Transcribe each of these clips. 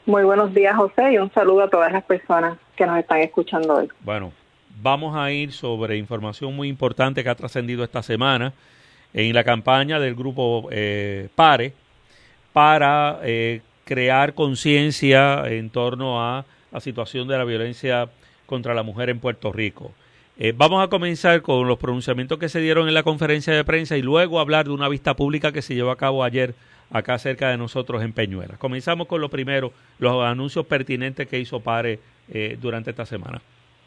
Muy buenos días, José, y un saludo a todas las personas que nos están escuchando hoy. Bueno, vamos a ir sobre información muy importante que ha trascendido esta semana en la campaña del grupo PARE para crear conciencia en torno a la situación de la violencia contra la mujer en Puerto Rico. Vamos a comenzar con los pronunciamientos que se dieron en la conferencia de prensa y luego hablar de una vista pública que se llevó a cabo ayer acá cerca de nosotros en Peñuelas. Comenzamos con lo primero, los anuncios pertinentes que hizo PARE durante esta semana.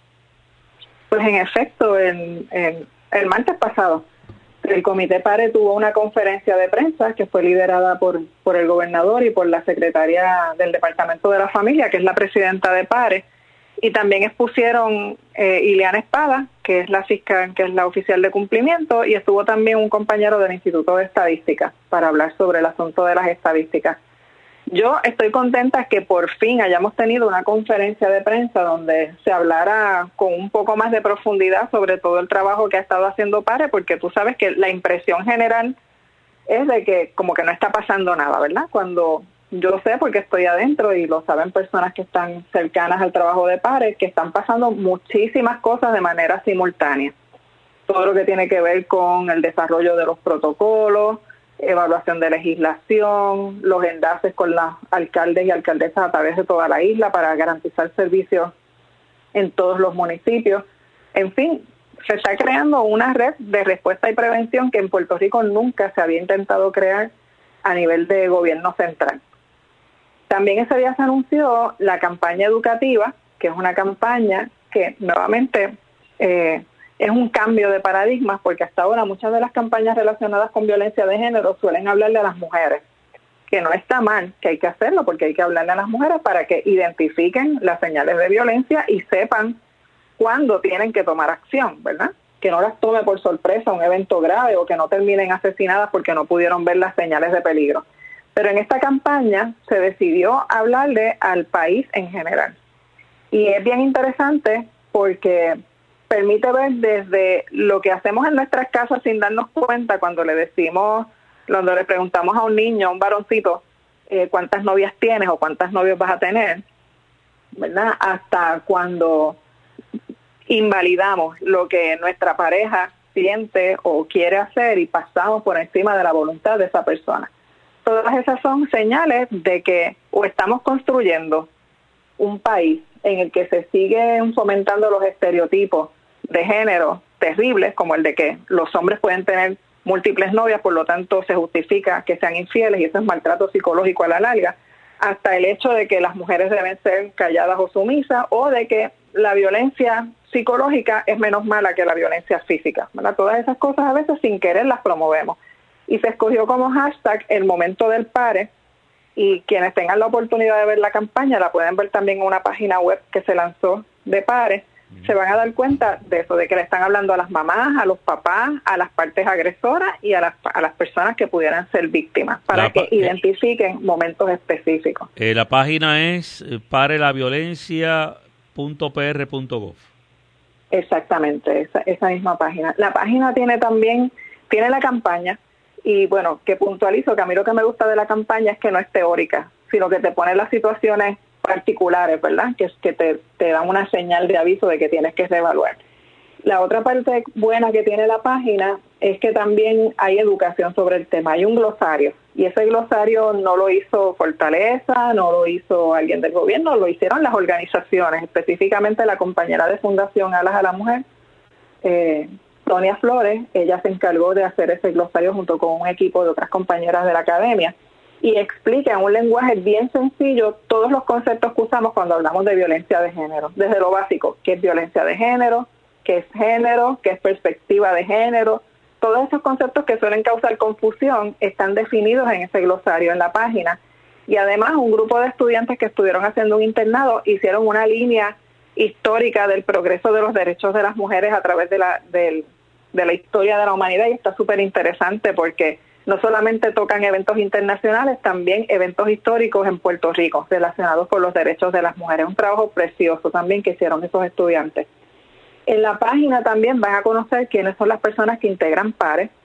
Pues en efecto, el martes pasado, el Comité PARE tuvo una conferencia de prensa que fue liderada por el gobernador y por la secretaria del Departamento de la Familia, que es la presidenta de PARE, y también expusieron Ileana Espada, que es la fiscal, que es la oficial de cumplimiento, y estuvo también un compañero del Instituto de Estadística para hablar sobre el asunto de las estadísticas. Yo estoy contenta que por fin hayamos tenido una conferencia de prensa donde se hablara con un poco más de profundidad sobre todo el trabajo que ha estado haciendo PARE, porque tú sabes que la impresión general es de que como que no está pasando nada, ¿verdad? Cuando yo sé, porque estoy adentro y lo saben personas que están cercanas al trabajo de PARE, que están pasando muchísimas cosas de manera simultánea. Todo lo que tiene que ver con el desarrollo de los protocolos, evaluación de legislación, los enlaces con los alcaldes y alcaldesas a través de toda la isla para garantizar servicios en todos los municipios. En fin, se está creando una red de respuesta y prevención que en Puerto Rico nunca se había intentado crear a nivel de gobierno central. También ese día se anunció la campaña educativa, que es una campaña que nuevamente es un cambio de paradigmas, porque hasta ahora muchas de las campañas relacionadas con violencia de género suelen hablarle a las mujeres, que no está mal, que hay que hacerlo, porque hay que hablarle a las mujeres para que identifiquen las señales de violencia y sepan cuándo tienen que tomar acción, ¿verdad? Que no las tome por sorpresa un evento grave o que no terminen asesinadas porque no pudieron ver las señales de peligro. Pero en esta campaña se decidió hablarle al país en general. Y es bien interesante porque permite ver desde lo que hacemos en nuestras casas sin darnos cuenta cuando le preguntamos a un niño, a un varoncito, cuántas novias tienes o cuántos novios vas a tener, ¿verdad? Hasta cuando invalidamos lo que nuestra pareja siente o quiere hacer y pasamos por encima de la voluntad de esa persona. Todas esas son señales de que o estamos construyendo un país en el que se siguen fomentando los estereotipos de género terribles, como el de que los hombres pueden tener múltiples novias, por lo tanto se justifica que sean infieles y eso es maltrato psicológico a la larga, hasta el hecho de que las mujeres deben ser calladas o sumisas, o de que la violencia psicológica es menos mala que la violencia física, ¿verdad? Todas esas cosas a veces sin querer las promovemos. Y se escogió como hashtag el momento del PARE, y quienes tengan la oportunidad de ver la campaña la pueden ver también en una página web que se lanzó de PARE. Se van a dar cuenta de eso, de que le están hablando a las mamás, a los papás, a las partes agresoras y a las personas que pudieran ser víctimas, para que identifiquen momentos específicos. La página es parelaviolencia.pr.gov. Exactamente, esa misma página. La página tiene la campaña, y bueno, que puntualizo que a mí lo que me gusta de la campaña es que no es teórica, sino que te pone las situaciones particulares, ¿verdad? Que te dan una señal de aviso de que tienes que reevaluar. La otra parte buena que tiene la página es que también hay educación sobre el tema, hay un glosario, y ese glosario no lo hizo Fortaleza, no lo hizo alguien del gobierno, lo hicieron las organizaciones, específicamente la compañera de Fundación Alas a la Mujer, Sonia Flores. Ella se encargó de hacer ese glosario junto con un equipo de otras compañeras de la academia y explica en un lenguaje bien sencillo todos los conceptos que usamos cuando hablamos de violencia de género, desde lo básico, qué es violencia de género, qué es perspectiva de género. Todos esos conceptos que suelen causar confusión están definidos en ese glosario en la página, y además un grupo de estudiantes que estuvieron haciendo un internado hicieron una línea histórica del progreso de los derechos de las mujeres a través de la historia de la humanidad, y está súper interesante porque no solamente tocan eventos internacionales, también eventos históricos en Puerto Rico relacionados con los derechos de las mujeres. Un trabajo precioso también que hicieron esos estudiantes. En la página también van a conocer quiénes son las personas que integran PARE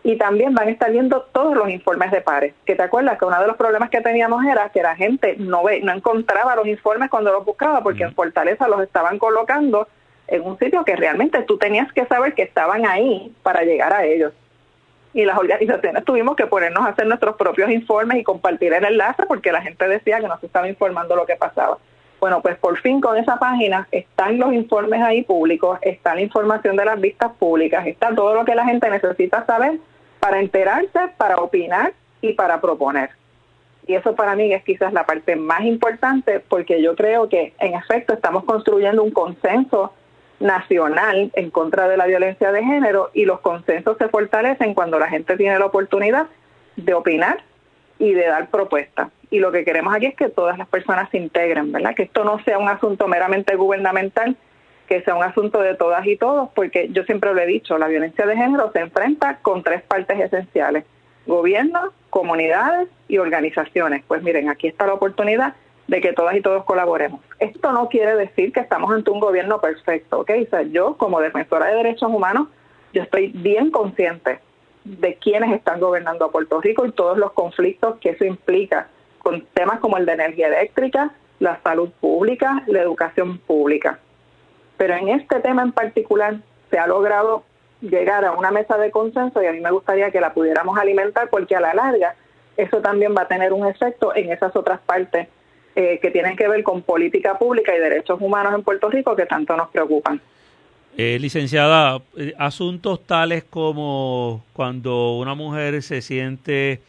y también van a estar viendo todos los informes de pares. Que te acuerdas que uno de los problemas que teníamos era que la gente no encontraba los informes cuando los buscaba, porque en Fortaleza los estaban colocando en un sitio que realmente tú tenías que saber que estaban ahí para llegar a ellos. Y las organizaciones tuvimos que ponernos a hacer nuestros propios informes y compartir el enlace porque la gente decía que no se estaba informando lo que pasaba. Bueno, pues por fin con esa página están los informes ahí públicos, está la información de las vistas públicas, está todo lo que la gente necesita saber para enterarse, para opinar y para proponer. Y eso para mí es quizás la parte más importante, porque yo creo que en efecto estamos construyendo un consenso nacional en contra de la violencia de género, y los consensos se fortalecen cuando la gente tiene la oportunidad de opinar y de dar propuestas. Y lo que queremos aquí es que todas las personas se integren, ¿verdad? Que esto no sea un asunto meramente gubernamental, que sea un asunto de todas y todos, porque yo siempre lo he dicho, la violencia de género se enfrenta con tres partes esenciales: gobierno, comunidades y organizaciones. Pues miren, aquí está la oportunidad de que todas y todos colaboremos. Esto no quiere decir que estamos ante un gobierno perfecto, ¿ok? O sea, yo como defensora de derechos humanos, yo estoy bien consciente de quiénes están gobernando a Puerto Rico y todos los conflictos que eso implica, con temas como el de energía eléctrica, la salud pública, la educación pública. Pero en este tema en particular se ha logrado llegar a una mesa de consenso, y a mí me gustaría que la pudiéramos alimentar, porque a la larga eso también va a tener un efecto en esas otras partes que tienen que ver con política pública y derechos humanos en Puerto Rico que tanto nos preocupan. Licenciada, asuntos tales como cuando una mujer se siente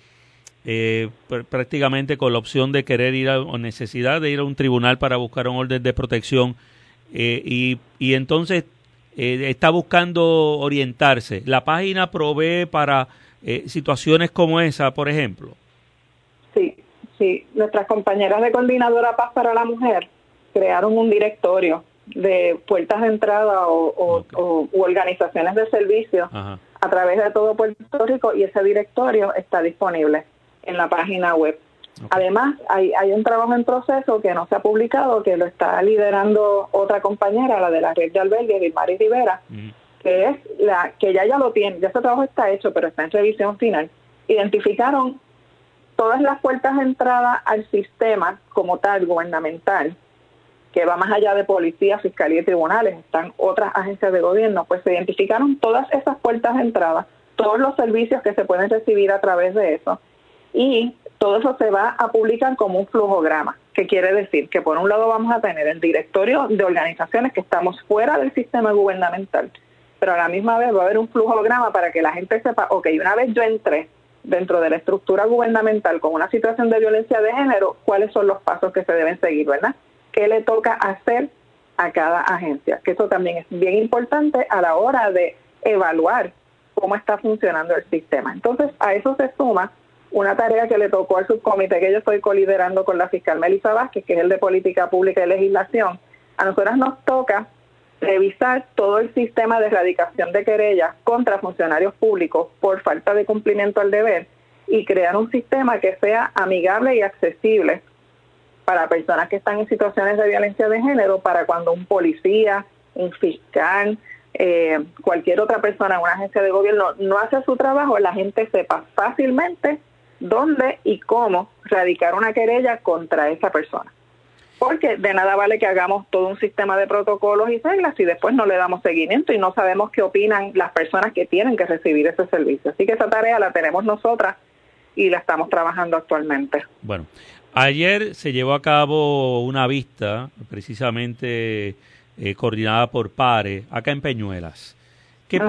prácticamente con la opción de querer ir o necesidad de ir a un tribunal para buscar un orden de protección y entonces está buscando orientarse. ¿La página provee para situaciones como esa, por ejemplo? Sí, nuestras compañeras de Coordinadora Paz para la Mujer crearon un directorio de puertas de entrada u organizaciones de servicio a través de todo Puerto Rico, y ese directorio está disponible en la página web. Además, hay un trabajo en proceso que no se ha publicado, que lo está liderando otra compañera, la de la red de albergues, Vilmari Rivera, que es que ya lo tiene, ya ese trabajo está hecho, pero está en revisión final. Identificaron todas las puertas de entrada al sistema como tal, gubernamental, que va más allá de policía, fiscalía y tribunales, están otras agencias de gobierno. Pues se identificaron todas esas puertas de entrada, todos los servicios que se pueden recibir a través de eso, y todo eso se va a publicar como un flujograma, que quiere decir que por un lado vamos a tener el directorio de organizaciones que estamos fuera del sistema gubernamental, pero a la misma vez va a haber un flujograma para que la gente sepa, ok, una vez yo entré dentro de la estructura gubernamental con una situación de violencia de género, cuáles son los pasos que se deben seguir, ¿verdad? ¿Qué le toca hacer a cada agencia? Que eso también es bien importante a la hora de evaluar cómo está funcionando el sistema. Entonces, a eso se suma una tarea que le tocó al subcomité que yo estoy coliderando con la fiscal Melissa Vázquez, que es el de Política Pública y Legislación. A nosotras nos toca revisar todo el sistema de erradicación de querellas contra funcionarios públicos por falta de cumplimiento al deber, y crear un sistema que sea amigable y accesible para personas que están en situaciones de violencia de género, para cuando un policía, un fiscal, cualquier otra persona en una agencia de gobierno no hace su trabajo, la gente sepa fácilmente dónde y cómo radicar una querella contra esa persona. Porque de nada vale que hagamos todo un sistema de protocolos y reglas si después no le damos seguimiento y no sabemos qué opinan las personas que tienen que recibir ese servicio. Así que esa tarea la tenemos nosotras y la estamos trabajando actualmente. Bueno, ayer se llevó a cabo una vista precisamente coordinada por PARE acá en Peñuelas. ¿Qué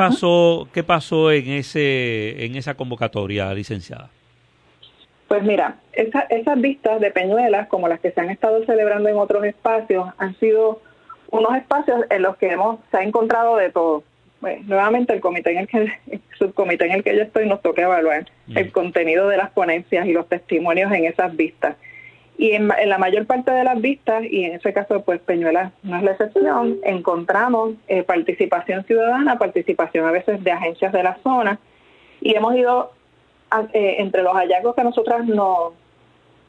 pasó en esa convocatoria, licenciada? Pues mira, esas vistas de Peñuelas, como las que se han estado celebrando en otros espacios, han sido unos espacios en los que se ha encontrado de todo. Pues, nuevamente el subcomité en el que yo estoy nos toca evaluar el contenido de las ponencias y los testimonios en esas vistas. Y en la mayor parte de las vistas, y en ese caso pues Peñuelas no es la excepción, encontramos participación ciudadana, participación a veces de agencias de la zona, y hemos ido entre los hallazgos que nosotras nos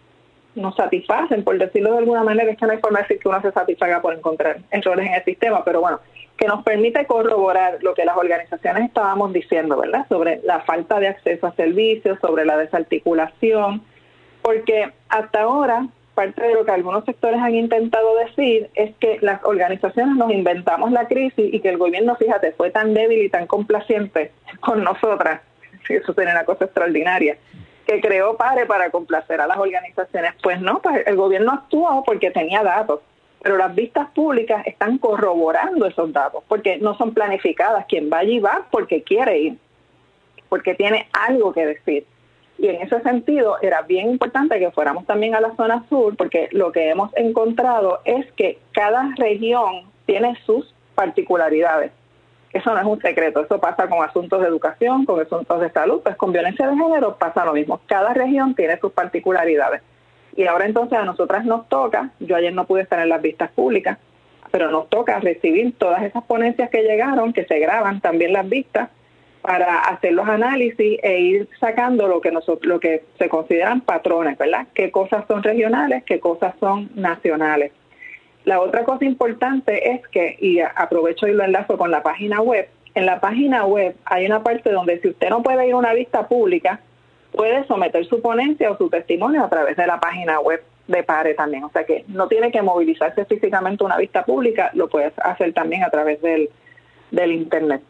nos satisfacen, por decirlo de alguna manera. Es que no hay forma de decir que uno se satisfaga por encontrar errores en el sistema, pero bueno, que nos permite corroborar lo que las organizaciones estábamos diciendo, ¿verdad? Sobre la falta de acceso a servicios, sobre la desarticulación, porque hasta ahora parte de lo que algunos sectores han intentado decir es que las organizaciones nos inventamos la crisis y que el gobierno, fíjate, fue tan débil y tan complaciente con nosotras, si eso sería una cosa extraordinaria, que creó PARE para complacer a las organizaciones. Pues no, pues el gobierno actuó porque tenía datos, pero las vistas públicas están corroborando esos datos, porque no son planificadas. Quien va allí va porque quiere ir, porque tiene algo que decir. Y en ese sentido era bien importante que fuéramos también a la zona sur, porque lo que hemos encontrado es que cada región tiene sus particularidades. Eso no es un secreto, eso pasa con asuntos de educación, con asuntos de salud, pues con violencia de género pasa lo mismo. Cada región tiene sus particularidades. Y ahora entonces a nosotras nos toca, yo ayer no pude estar en las vistas públicas, pero nos toca recibir todas esas ponencias que llegaron, que se graban también las vistas, para hacer los análisis e ir sacando lo que se consideran patrones, ¿verdad? Qué cosas son regionales, qué cosas son nacionales. La otra cosa importante es que, y aprovecho y lo enlazo con la página web, en la página web hay una parte donde si usted no puede ir a una vista pública, puede someter su ponencia o su testimonio a través de la página web de PARE también. O sea que no tiene que movilizarse físicamente a una vista pública, lo puede hacer también a través del Internet.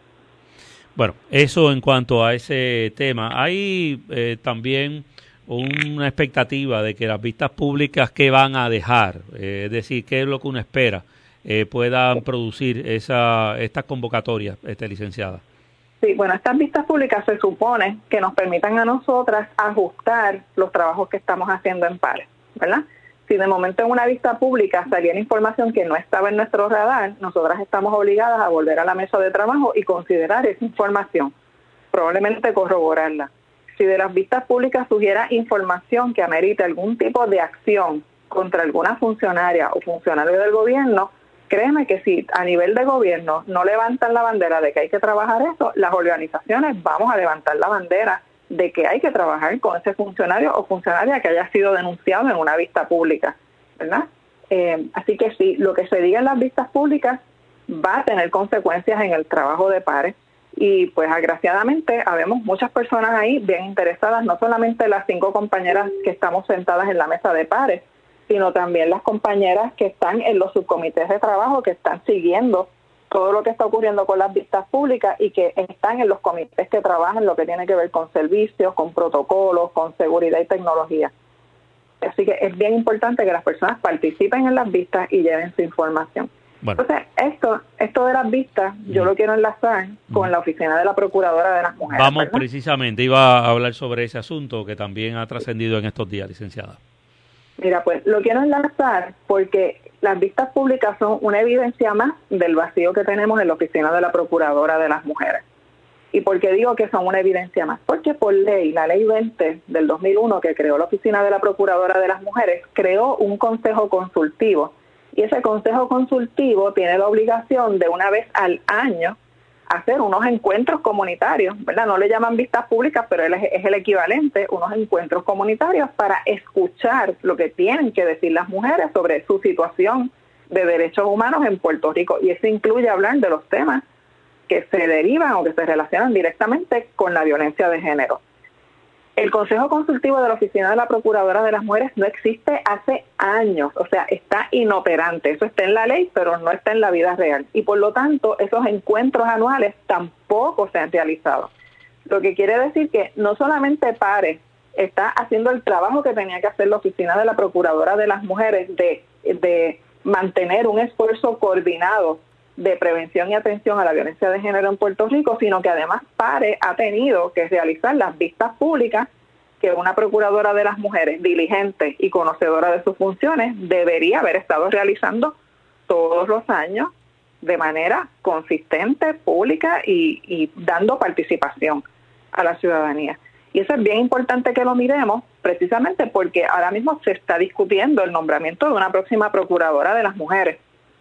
Bueno, eso en cuanto a ese tema. Hay también una expectativa de que las vistas públicas que van a dejar, es decir, qué es lo que uno espera, puedan producir estas convocatorias, licenciada. Sí, bueno, estas vistas públicas se supone que nos permitan a nosotras ajustar los trabajos que estamos haciendo en PARE, ¿verdad? Si de momento en una vista pública saliera información que no estaba en nuestro radar, nosotras estamos obligadas a volver a la mesa de trabajo y considerar esa información, probablemente corroborarla. Si de las vistas públicas surgiera información que amerite algún tipo de acción contra alguna funcionaria o funcionario del gobierno, créeme que si a nivel de gobierno no levantan la bandera de que hay que trabajar eso, las organizaciones vamos a levantar la bandera de que hay que trabajar con ese funcionario o funcionaria que haya sido denunciado en una vista pública, ¿verdad? Así que sí, lo que se diga en las vistas públicas va a tener consecuencias en el trabajo de PARE y pues agraciadamente habemos muchas personas ahí bien interesadas, no solamente las 5 compañeras que estamos sentadas en la mesa de PARE, sino también las compañeras que están en los subcomités de trabajo, que están siguiendo todo lo que está ocurriendo con las vistas públicas y que están en los comités que trabajan lo que tiene que ver con servicios, con protocolos, con seguridad y tecnología. Así que es bien importante que las personas participen en las vistas y lleven su información. Bueno. Entonces, esto de las vistas, yo lo quiero enlazar con la oficina de la Procuradora de las Mujeres. Vamos, ¿verdad? Precisamente, iba a hablar sobre ese asunto que también ha trascendido en estos días, licenciada. Mira, pues lo quiero enlazar porque las vistas públicas son una evidencia más del vacío que tenemos en la oficina de la Procuradora de las Mujeres. ¿Y por qué digo que son una evidencia más? Porque por ley, la ley 20 del 2001 que creó la oficina de la Procuradora de las Mujeres, creó un consejo consultivo. Y ese consejo consultivo tiene la obligación de una vez al año hacer unos encuentros comunitarios, ¿verdad? No le llaman vistas públicas, pero es el equivalente, unos encuentros comunitarios para escuchar lo que tienen que decir las mujeres sobre su situación de derechos humanos en Puerto Rico. Y eso incluye hablar de los temas que se derivan o que se relacionan directamente con la violencia de género. El Consejo Consultivo de la Oficina de la Procuradora de las Mujeres no existe hace años, o sea, está inoperante. Eso está en la ley, pero no está en la vida real. Y por lo tanto, esos encuentros anuales tampoco se han realizado. Lo que quiere decir que no solamente PARE está haciendo el trabajo que tenía que hacer la Oficina de la Procuradora de las Mujeres de mantener un esfuerzo coordinado de prevención y atención a la violencia de género en Puerto Rico, sino que además PARE ha tenido que realizar las vistas públicas que una procuradora de las mujeres diligente y conocedora de sus funciones debería haber estado realizando todos los años de manera consistente, pública y dando participación a la ciudadanía. Y eso es bien importante que lo miremos, precisamente porque ahora mismo se está discutiendo el nombramiento de una próxima procuradora de las mujeres.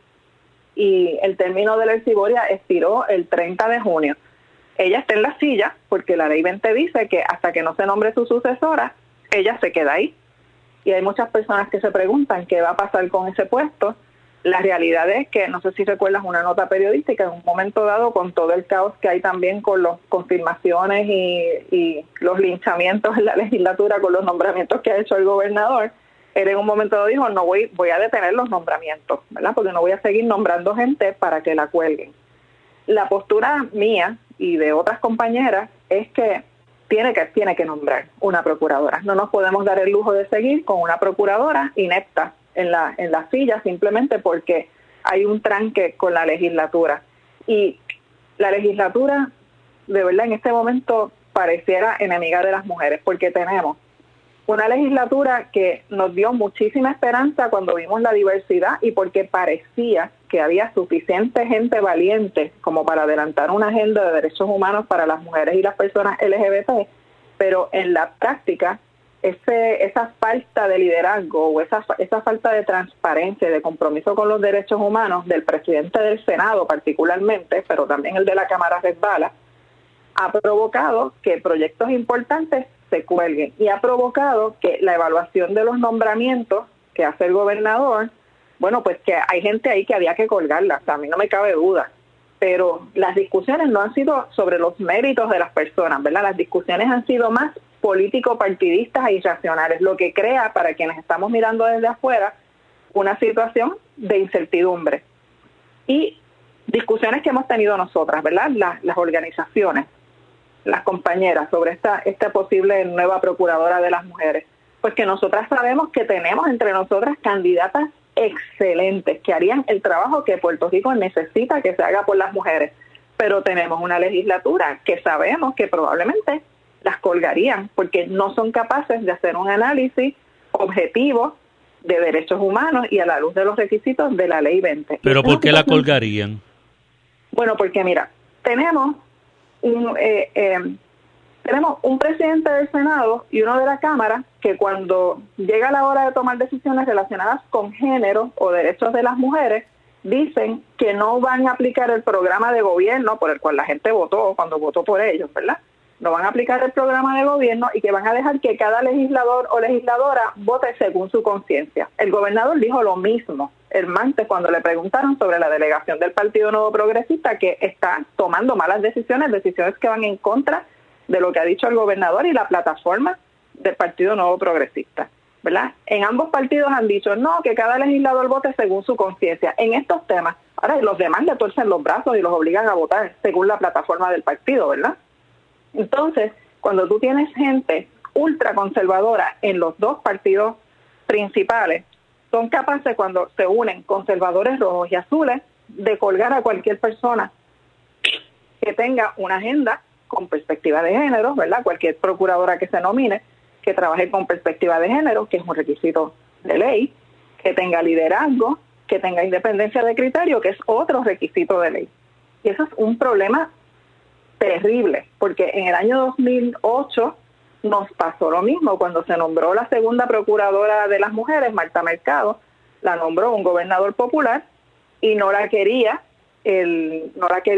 Y el término de la Erciboria expiró el 30 de junio. Ella está en la silla porque la ley 20 dice que hasta que no se nombre su sucesora, ella se queda ahí. y hay muchas personas que se preguntan qué va a pasar con ese puesto. La realidad es que, no sé si recuerdas una nota periodística, en un momento dado, con todo el caos que hay también con las confirmaciones y los linchamientos en la legislatura con los nombramientos que ha hecho el gobernador, él en un momento dado dijo, no voy a detener los nombramientos, ¿verdad? Porque no voy a seguir nombrando gente para que la cuelguen. La postura mía y de otras compañeras es que tiene que nombrar una procuradora. No nos podemos dar el lujo de seguir con una procuradora inepta en la silla simplemente porque hay un tranque con la legislatura. Y la legislatura, de verdad, en este momento pareciera enemiga de las mujeres, porque tenemos una legislatura que nos dio muchísima esperanza cuando vimos la diversidad y porque parecía que había suficiente gente valiente como para adelantar una agenda de derechos humanos para las mujeres y las personas LGBT, pero en la práctica esa falta de liderazgo o esa falta de transparencia y de compromiso con los derechos humanos del presidente del Senado particularmente, pero también el de la Cámara resbala, ha provocado que proyectos importantes se cuelguen y ha provocado que la evaluación de los nombramientos que hace el gobernador, bueno, pues que hay gente ahí que había que colgarla, o sea, a mí no me cabe duda, pero las discusiones no han sido sobre los méritos de las personas, ¿verdad? Las discusiones han sido más político-partidistas e irracionales, lo que crea para quienes estamos mirando desde afuera una situación de incertidumbre. Y discusiones que hemos tenido nosotras, ¿verdad? Las organizaciones, las compañeras, sobre esta posible nueva procuradora de las mujeres, pues que nosotras sabemos que tenemos entre nosotras candidatas excelentes, que harían el trabajo que Puerto Rico necesita que se haga por las mujeres, pero tenemos una legislatura que sabemos que probablemente las colgarían, porque no son capaces de hacer un análisis objetivo de derechos humanos y a la luz de los requisitos de la Ley 20. ¿Pero por qué la colgarían? Bueno, porque mira, tenemos un presidente del Senado y uno de la Cámara que cuando llega la hora de tomar decisiones relacionadas con género o derechos de las mujeres, dicen que no van a aplicar el programa de gobierno por el cual la gente votó cuando votó por ellos, ¿verdad? No van a aplicar el programa de gobierno y que van a dejar que cada legislador o legisladora vote según su conciencia. El gobernador dijo lo mismo el martes cuando le preguntaron sobre la delegación del Partido Nuevo Progresista, que está tomando malas decisiones que van en contra de lo que ha dicho el gobernador y la plataforma del Partido Nuevo Progresista, ¿verdad? En ambos partidos han dicho no, que cada legislador vote según su conciencia. En estos temas, ahora los demás le tuercen los brazos y los obligan a votar según la plataforma del partido, ¿verdad? Entonces, cuando tú tienes gente ultraconservadora en los dos partidos principales, son capaces, cuando se unen conservadores rojos y azules, de colgar a cualquier persona que tenga una agenda con perspectiva de género, ¿verdad? Cualquier procuradora que se nomine, que trabaje con perspectiva de género, que es un requisito de ley, que tenga liderazgo, que tenga independencia de criterio, que es otro requisito de ley. Y eso es un problema terrible, porque en el año 2008 nos pasó lo mismo cuando se nombró la segunda procuradora de las mujeres, Marta Mercado, la nombró un gobernador popular y no la querían en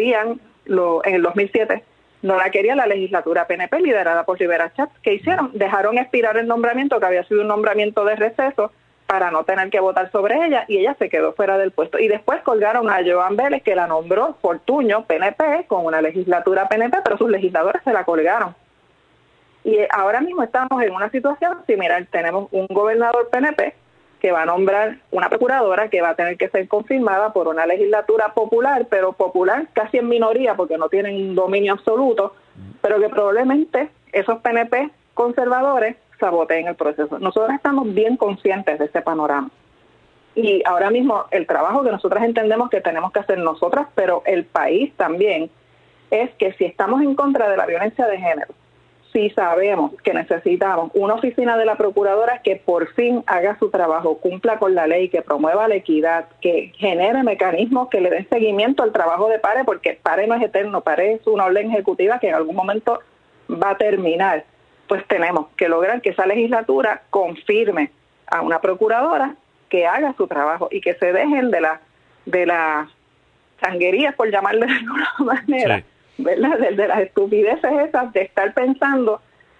el 2007, no la quería la legislatura PNP liderada por Rivera Schatz. ¿Qué hicieron? Dejaron expirar el nombramiento, que había sido un nombramiento de receso, para no tener que votar sobre ella, y ella se quedó fuera del puesto. Y después colgaron a Joan Vélez, que la nombró Fortuño, PNP, con una legislatura PNP, pero sus legisladores se la colgaron. Y ahora mismo estamos en una situación similar. Tenemos un gobernador PNP que va a nombrar una procuradora que va a tener que ser confirmada por una legislatura popular, pero popular casi en minoría porque no tienen un dominio absoluto, pero que probablemente esos PNP conservadores saboteen el proceso. Nosotros estamos bien conscientes de ese panorama. Y ahora mismo el trabajo que nosotras entendemos que tenemos que hacer nosotras, pero el país también, es que si estamos en contra de la violencia de género, si sabemos que necesitamos una oficina de la procuradora que por fin haga su trabajo, cumpla con la ley, que promueva la equidad, que genere mecanismos que le den seguimiento al trabajo de PARE, porque PARE no es eterno, PARE es una orden ejecutiva que en algún momento va a terminar, pues tenemos que lograr que esa legislatura confirme a una procuradora que haga su trabajo y que se dejen de las changuerías, por llamarle de alguna manera, sí, ¿verdad? De las estupideces esas de estar pensando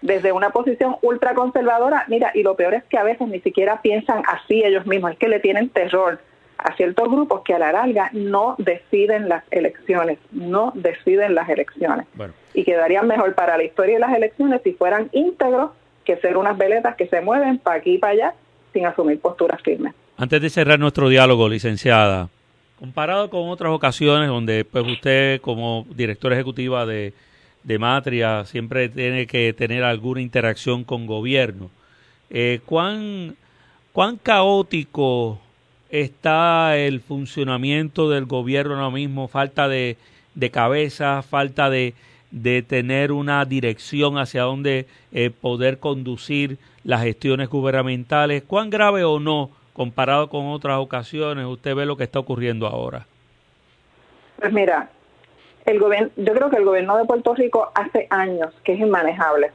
desde una posición ultraconservadora. Mira, y lo peor es que a veces ni siquiera piensan así ellos mismos, es que le tienen terror a ciertos grupos que a la larga no deciden las elecciones, Bueno. Y quedarían mejor para la historia de las elecciones si fueran íntegros que ser unas veletas que se mueven para aquí y para allá sin asumir posturas firmes. Antes de cerrar nuestro diálogo, licenciada, comparado con otras ocasiones donde pues usted como directora ejecutiva de Matria siempre tiene que tener alguna interacción con gobierno, ¿cuán caótico está el funcionamiento del gobierno ahora mismo? Falta de cabeza, falta de tener una dirección hacia dónde poder conducir las gestiones gubernamentales. ¿Cuán grave o no, comparado con otras ocasiones, usted ve lo que está ocurriendo ahora? Pues mira, yo creo que el gobierno de Puerto Rico hace años que es inmanejable,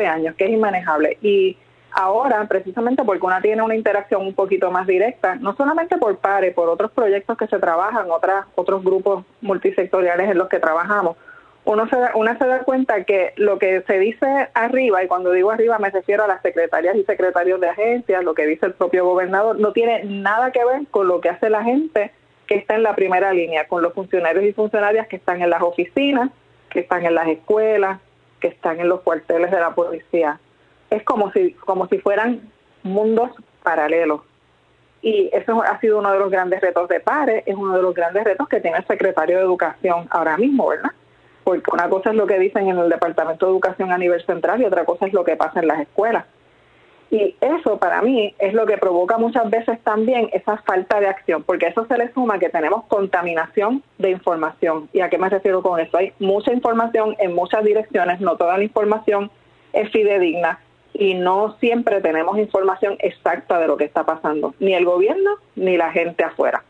y ahora, precisamente porque una tiene una interacción un poquito más directa, no solamente por PARE, por otros proyectos que se trabajan, otros grupos multisectoriales en los que trabajamos, una se da cuenta que lo que se dice arriba, y cuando digo arriba me refiero a las secretarias y secretarios de agencias, lo que dice el propio gobernador, no tiene nada que ver con lo que hace la gente que está en la primera línea, con los funcionarios y funcionarias que están en las oficinas, que están en las escuelas, que están en los cuarteles de la policía. Es como si fueran mundos paralelos. Y eso ha sido uno de los grandes retos de PARE, es uno de los grandes retos que tiene el secretario de Educación ahora mismo, ¿verdad? Porque una cosa es lo que dicen en el Departamento de Educación a nivel central y otra cosa es lo que pasa en las escuelas. Y eso para mí es lo que provoca muchas veces también esa falta de acción, porque eso se le suma que tenemos contaminación de información. ¿Y a qué me refiero con eso? Hay mucha información en muchas direcciones, no toda la información es fidedigna y no siempre tenemos información exacta de lo que está pasando, ni el gobierno ni la gente afuera.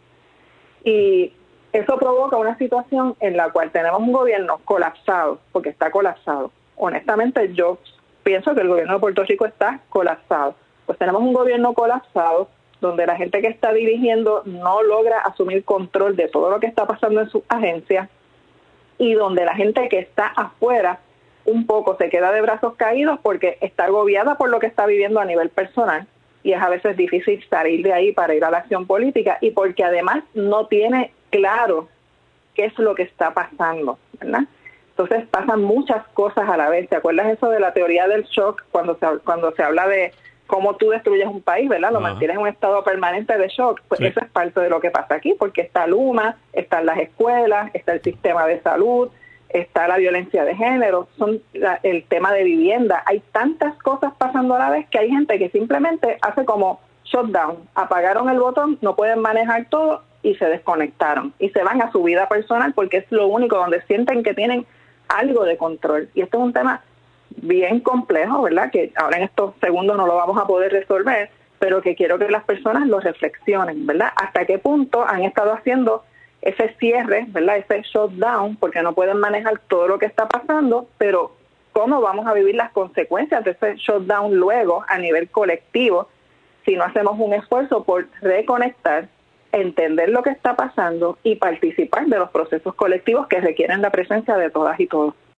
Y eso provoca una situación en la cual tenemos un gobierno colapsado, porque está colapsado. Honestamente, yo pienso que el gobierno de Puerto Rico está colapsado. Pues tenemos un gobierno colapsado donde la gente que está dirigiendo no logra asumir control de todo lo que está pasando en sus agencias y donde la gente que está afuera un poco se queda de brazos caídos porque está agobiada por lo que está viviendo a nivel personal y es a veces difícil salir de ahí para ir a la acción política y porque además no tiene claro qué es lo que está pasando, ¿verdad? Entonces pasan muchas cosas a la vez. ¿Te acuerdas eso de la teoría del shock cuando se habla de cómo tú destruyes un país, ¿verdad? Lo mantienes en un estado permanente de shock. Pues sí. Eso es parte de lo que pasa aquí, porque está Luma, están las escuelas, está el sistema de salud, está la violencia de género, el tema de vivienda. Hay tantas cosas pasando a la vez que hay gente que simplemente hace como shutdown. Apagaron el botón, no pueden manejar todo y se desconectaron. Y se van a su vida personal porque es lo único donde sienten que tienen algo de control. Y esto es un tema bien complejo, ¿verdad? Que ahora en estos segundos no lo vamos a poder resolver, pero que quiero que las personas lo reflexionen, ¿verdad? ¿Hasta qué punto han estado haciendo ese cierre, ¿verdad? Ese shutdown, porque no pueden manejar todo lo que está pasando, pero ¿cómo vamos a vivir las consecuencias de ese shutdown luego a nivel colectivo si no hacemos un esfuerzo por reconectar, entender lo que está pasando y participar de los procesos colectivos que requieren la presencia de todas y todos?